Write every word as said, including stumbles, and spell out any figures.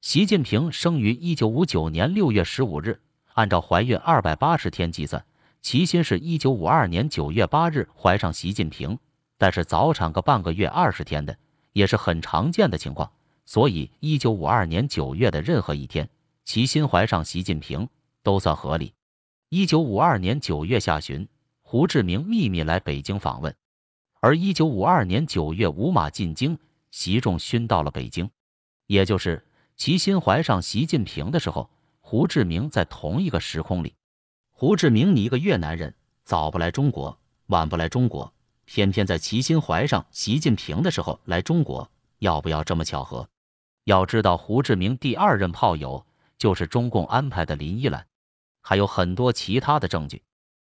习近平生于一九五九年六月十五日，按照怀孕二百八十天计算，其心是一九五二年九月八日怀上习近平，但是早产个半个月二十天的也是很常见的情况，所以一九五二年九月的任何一天，其心怀上习近平都算合理。一九五二年九月下旬，胡志明秘密来北京访问，而一九五二年九月五马进京，习仲勋到了北京，也就是其心怀上习近平的时候，胡志明在同一个时空里。胡志明，你一个越南人，早不来中国，晚不来中国，偏偏在其心怀上习近平的时候来中国，要不要这么巧合？要知道，胡志明第二任炮友就是中共安排的林依兰，还有很多其他的证据。